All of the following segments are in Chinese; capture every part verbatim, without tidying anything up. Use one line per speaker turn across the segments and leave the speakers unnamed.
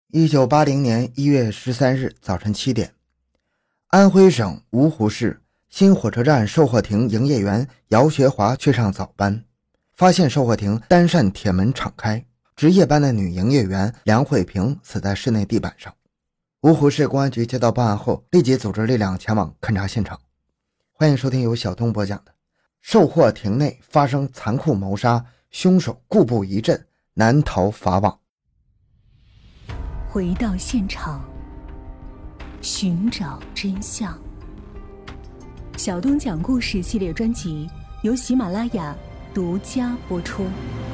一九八零年一月十三日早晨七点，安徽省芜湖市新火车站售货亭营业员姚学华去上早班，发现售货亭单扇铁门敞开，值夜班的女营业员梁慧萍死在室内地板上。芜湖市公安局接到报案后，立即组织力量前往勘察现场。欢迎收听由小东播讲的售货亭内发生残酷谋杀，凶手故布疑阵，难逃法网。
回到现场，寻找真相。小东讲故事系列专辑由喜马拉雅独家播出。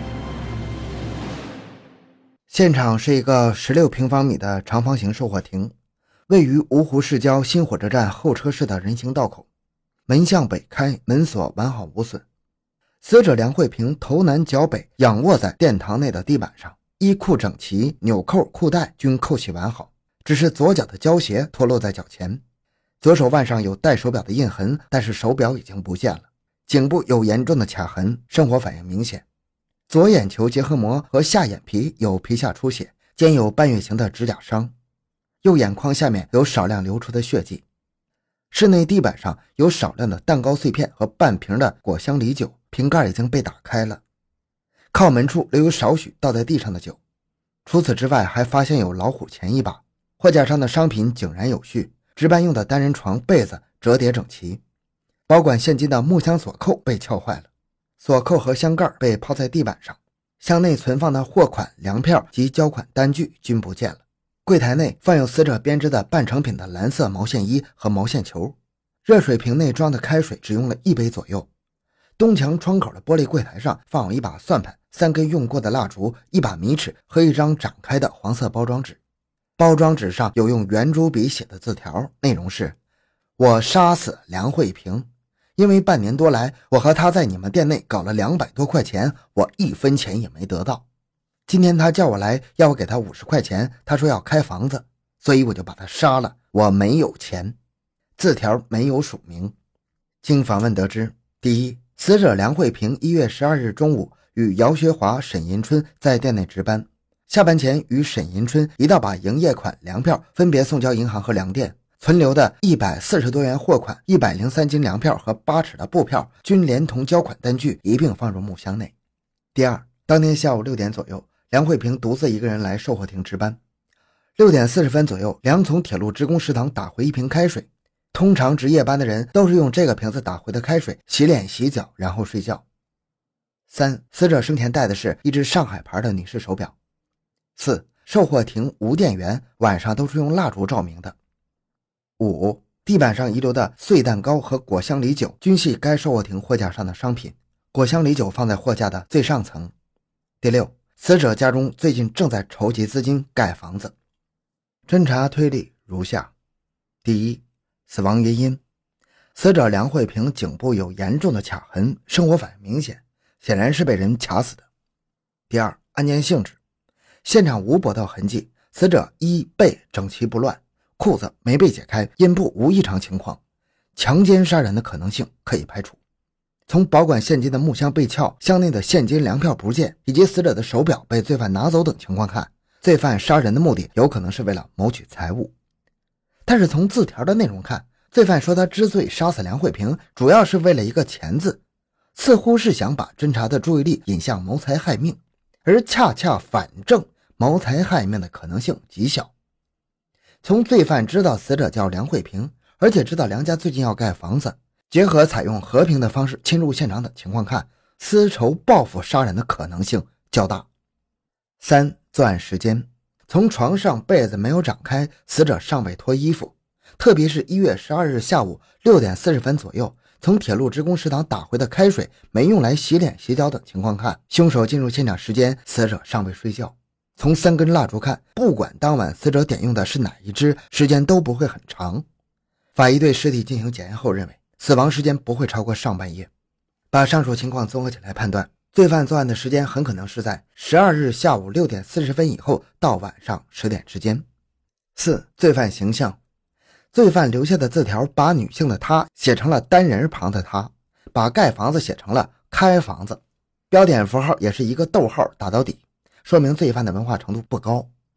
现场是一个十六平方米的长方形售货亭，位于芜湖市郊新火车站候车室的人行道口，门向北开，门锁完好无损。死者梁慧萍头南脚北仰卧在殿堂内的地板上，衣裤整齐，纽扣裤带均扣起完好，只是左脚的胶鞋脱落在脚前。左手腕上有戴手表的印痕，但是手表已经不见了。颈部有严重的卡痕，生活反应明显。左眼球结合膜和下眼皮有皮下出血，兼有半月形的指甲伤。右眼眶下面有少量流出的血迹。室内地板上有少量的蛋糕碎片和半瓶的果香梨酒，瓶盖已经被打开了。靠门处留有少许倒在地上的酒。除此之外，还发现有老虎钳一把。货架上的商品井然有序，值班用的单人床被子折叠整齐。保管现金的木箱锁扣被撬坏了，锁扣和箱盖被抛在地板上。箱内存放的货款、粮票及交款单据均不见了。柜台内放有死者编织的半成品的蓝色毛线衣和毛线球。热水瓶内装的开水只用了一杯左右。东墙窗口的玻璃柜台上放有一把算盘、三根用过的蜡烛、一把米尺和一张展开的黄色包装纸。包装纸上有用圆珠笔写的字条，内容是：我杀死梁慧萍，因为半年多来我和她在你们店内搞了两百多块钱，我一分钱也没得到。今天他叫我来要我给他五十块钱，他说要开房子，所以我就把他杀了，我没有钱。字条没有署名。经访问得知，第一，死者梁慧萍一月十二日中午与姚学华、沈银春在店内值班，下班前与沈银春一道把营业款、粮票分别送交银行和粮店，存留的一百四十多元货款、一百零三斤粮票和八尺的布票均连同交款单据一并放入木箱内。第二，当天下午六点左右，梁慧萍独自一个人来售货亭值班。六点四十分左右，梁从铁路职工食堂打回一瓶开水。通常值夜班的人都是用这个瓶子打回的开水洗脸洗脚，然后睡觉。三，死者生前戴的是一只上海牌的女士手表。四，售货亭无电源，晚上都是用蜡烛照明的。五，地板上遗留的碎蛋糕和果香梨酒均系该售货亭货架上的商品，果香梨酒放在货架的最上层。第六，死者家中最近正在筹集资金盖房子。侦查推理如下：第一，死亡原因，死者梁慧萍颈部有严重的卡痕，生活反应明显，显然是被人卡死的。第二，案件性质，现场无搏斗痕迹，死者衣背整齐不乱，裤子没被解开，阴部无异常情况，强奸杀人的可能性可以排除。从保管现金的木箱被撬，箱内的现金粮票不见，以及死者的手表被罪犯拿走等情况看，罪犯杀人的目的有可能是为了谋取财物。但是从字条的内容看，罪犯说他之所以杀死梁慧萍，主要是为了一个钱字，似乎是想把侦查的注意力引向谋财害命，而恰恰反正谋财害命的可能性极小。从罪犯知道死者叫梁慧萍，而且知道梁家最近要盖房子，结合采用和平的方式侵入现场等情况看，私仇报复杀人的可能性较大。三、作案时间，从床上被子没有展开，死者尚未脱衣服，特别是一月十二日下午六点四十分左右，从铁路职工食堂打回的开水没用来洗脸洗脚等情况看，凶手进入现场时间死者尚未睡觉。从三根蜡烛看，不管当晚死者点用的是哪一支，时间都不会很长。法医对尸体进行检验后认为，死亡时间不会超过上半夜。把上述情况综合起来判断，罪犯作案的时间很可能是在十二日下午六点四十分以后到晚上十点之间。四、罪犯形象，罪犯留下的字条把女性的她写成了单人旁的她，把盖房子写成了开房子，标点符号也是一个逗号打到底，说明罪犯的文化程度不高。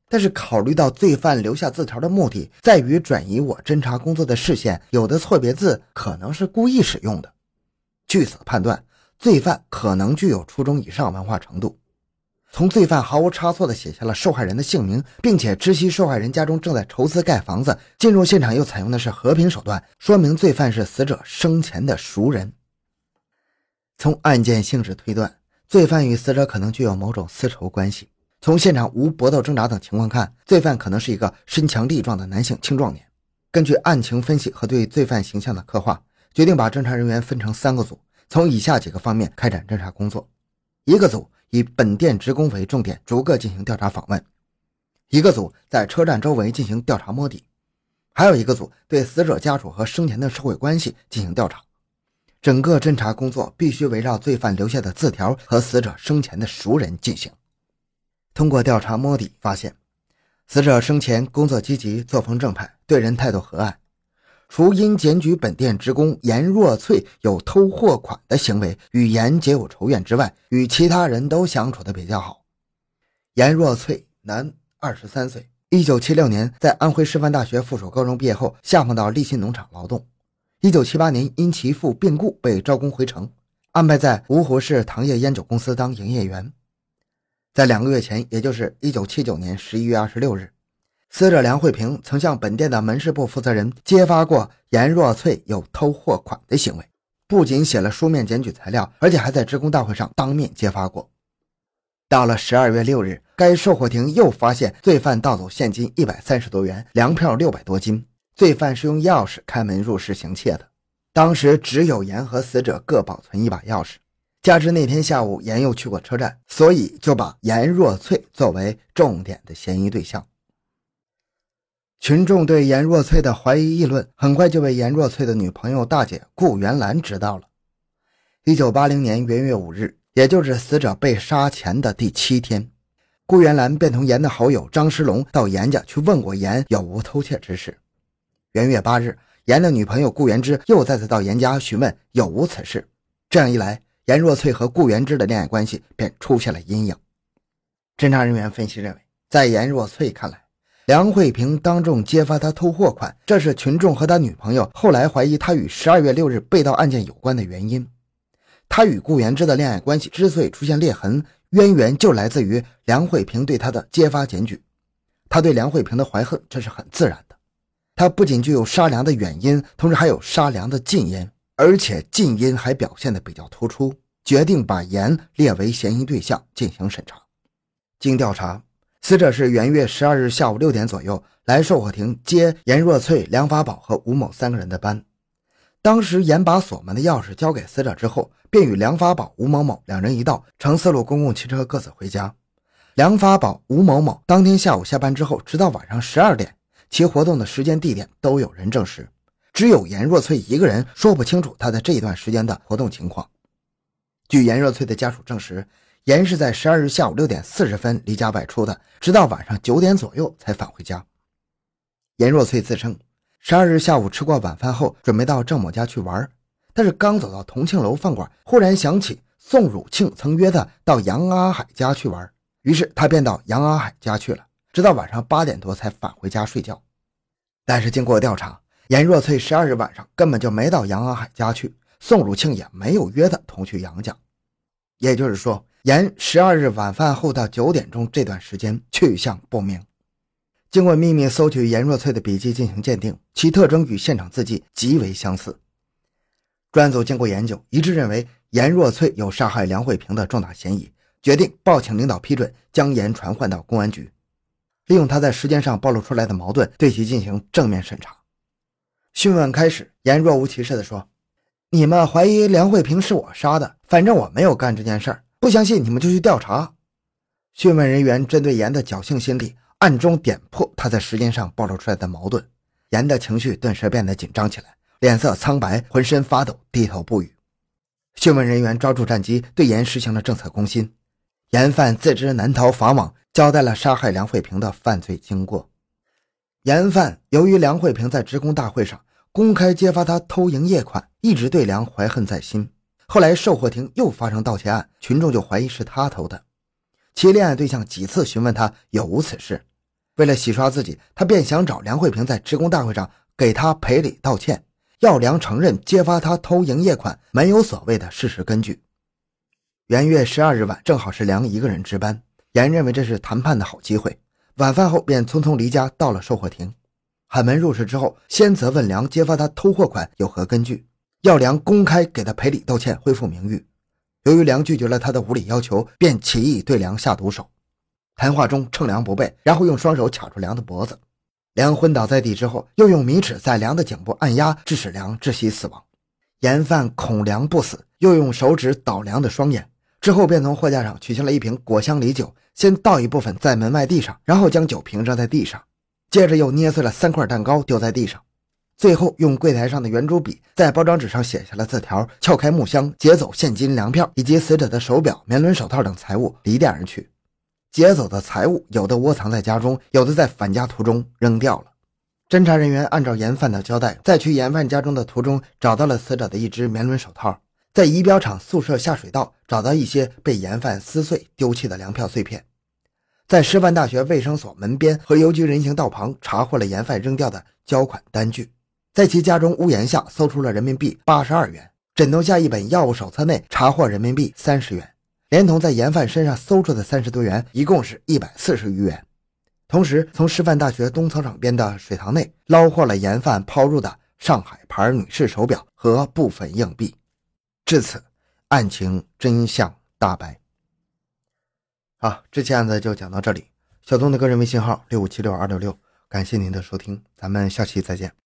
但是考虑到罪犯留下字条的目的在于转移我侦查工作的视线，有的错别字可能是故意使用的。据此判断，罪犯可能具有初中以上文化程度。从罪犯毫无差错地写下了受害人的姓名，并且知悉受害人家中正在筹资盖房子，进入现场又采用的是和平手段，说明罪犯是死者生前的熟人。从案件性质推断，罪犯与死者可能具有某种私仇关系。从现场无搏斗挣扎等情况看，罪犯可能是一个身强力壮的男性青壮年。根据案情分析和对罪犯形象的刻画，决定把侦查人员分成三个组，从以下几个方面开展侦查工作。一个组以本店职工为重点，逐个进行调查访问；一个组在车站周围进行调查摸底；还有一个组对死者家属和生前的社会关系进行调查。整个侦查工作必须围绕罪犯留下的字条和死者生前的熟人进行。通过调查摸底发现，死者生前工作积极，作风正派，对人态度和蔼。除因检举本店职工严若翠有偷货款的行为与严结有仇怨之外，与其他人都相处得比较好。严若翠，男，二十三岁，一九七六年在安徽师范大学附属高中毕业后下放到立信农场劳动。一九七八年因其父病故被招工回城，安排在芜湖市糖业烟酒公司当营业员。在两个月前，也就是一九七九年十一月二十六日，死者梁慧萍曾向本店的门市部负责人揭发过严若翠有偷货款的行为，不仅写了书面检举材料，而且还在职工大会上当面揭发过。到了十二月六日，该售货亭又发现罪犯盗走现金一百三十多元，粮票六百多斤，罪犯是用钥匙开门入室行窃的。当时只有严和死者各保存一把钥匙，加之那天下午严又去过车站，所以就把严若翠作为重点的嫌疑对象。群众对严若翠的怀疑议论很快就被严若翠的女朋友大姐顾元兰知道了。一九八零年元月五日，也就是死者被杀前的第七天，顾元兰便同严的好友张石龙到严家去问过严有无偷窃之事。元月八日，严的女朋友顾元芝又再次到严家询问有无此事。这样一来，严若翠和顾元芝的恋爱关系便出现了阴影。侦查人员分析认为，在严若翠看来，梁慧萍当众揭发他偷货款，这是群众和他女朋友后来怀疑他与十二月六日被盗案件有关的原因。他与顾元芝的恋爱关系之所以出现裂痕，渊源就来自于梁慧萍对他的揭发检举。他对梁慧萍的怀恨，这是很自然的。他不仅具有杀梁的远因，同时还有杀梁的近因，而且近因还表现得比较突出，决定把严列为嫌疑对象进行审查。经调查，死者是元月十二日下午六点左右来售货亭接严若翠、梁发宝和吴某三个人的班。当时严把锁门的钥匙交给死者之后，便与梁发宝、吴某某两人一道乘四路公共汽车各自回家。梁发宝、吴某某当天下午下班之后，直到晚上十二点，其活动的时间地点都有人证实，只有严若翠一个人说不清楚他在这一段时间的活动情况。据严若翠的家属证实，严是在十二日下午六点四十分离家外出的，直到晚上九点左右才返回家。严若翠自称十二日下午吃过晚饭后准备到郑某家去玩，但是刚走到同庆楼饭馆，忽然想起宋汝庆曾约他到杨阿海家去玩，于是他便到杨阿海家去了，直到晚上八点多才返回家睡觉。但是经过调查，严若翠十二日晚上根本就没到杨阿海家去，宋汝庆也没有约他同去杨家。也就是说，严十二日晚饭后到九点钟这段时间去向不明。经过秘密搜取严若翠的笔记进行鉴定，其特征与现场字迹极为相似。专案组经过研究，一致认为严若翠有杀害梁慧萍的重大嫌疑，决定报请领导批准，将严传唤到公安局，利用他在时间上暴露出来的矛盾，对其进行正面审查。讯问开始，严若无其事地说：“你们怀疑梁慧萍是我杀的，反正我没有干这件事儿，不相信你们就去调查。”讯问人员针对严的侥幸心理，暗中点破他在时间上暴露出来的矛盾，严的情绪顿时变得紧张起来，脸色苍白，浑身发抖，低头不语。讯问人员抓住战机，对严实行了政策攻心。严犯自知难逃法网，交代了杀害梁慧萍的犯罪经过。严犯由于梁慧萍在职工大会上公开揭发他偷营业款，一直对梁怀恨在心。后来售货亭又发生盗窃案，群众就怀疑是他偷的。其恋爱对象几次询问他有无此事， 为了洗刷自己，他便想找梁慧萍在职工大会上给他赔礼道歉，要梁承认揭发他偷营业款没有所谓的事实根据。元月十二日晚，正好是梁一个人值班，严认为这是谈判的好机会，晚饭后便匆匆离家到了售货亭。喊门入室之后，先责问梁揭发他偷货款有何根据，要梁公开给他赔礼道歉，恢复名誉。由于梁拒绝了他的无理要求，便起意对梁下毒手。谈话中趁梁不备，然后用双手卡住梁的脖子。梁昏倒在地之后，又用米尺在梁的颈部按压，致使梁窒息死亡。嫌犯恐梁不死，又用手指捣梁的双眼，之后便从货架上取下了一瓶果香梨酒，先倒一部分在门外地上，然后将酒瓶扔在地上，接着又捏碎了三块蛋糕丢在地上，最后用柜台上的圆珠笔在包装纸上写下了字条，撬开木箱，劫走现金粮票以及死者的手表、棉轮手套等财物，离店而去。劫走的财物有的窝藏在家中，有的在返家途中扔掉了。侦查人员按照嫌犯的交代，在去嫌犯家中的途中找到了死者的一只棉轮手套，在仪表厂宿舍下水道找到一些被嫌犯撕碎丢弃的粮票碎片，在师范大学卫生所门边和邮局人行道旁查获了嫌犯扔掉的交款单据，在其家中屋檐下搜出了人民币八十二元，枕头下一本药物手册内查获人民币三十元，连同在嫌犯身上搜出的三十多元，一共是一百四十余元。同时从师范大学东操场边的水塘内捞获了嫌犯抛入的上海牌女士手表和部分硬币。至此，案情真相大白。好，这期案子就讲到这里。小东的个人微信号六五七六二六六，感谢您的收听，咱们下期再见。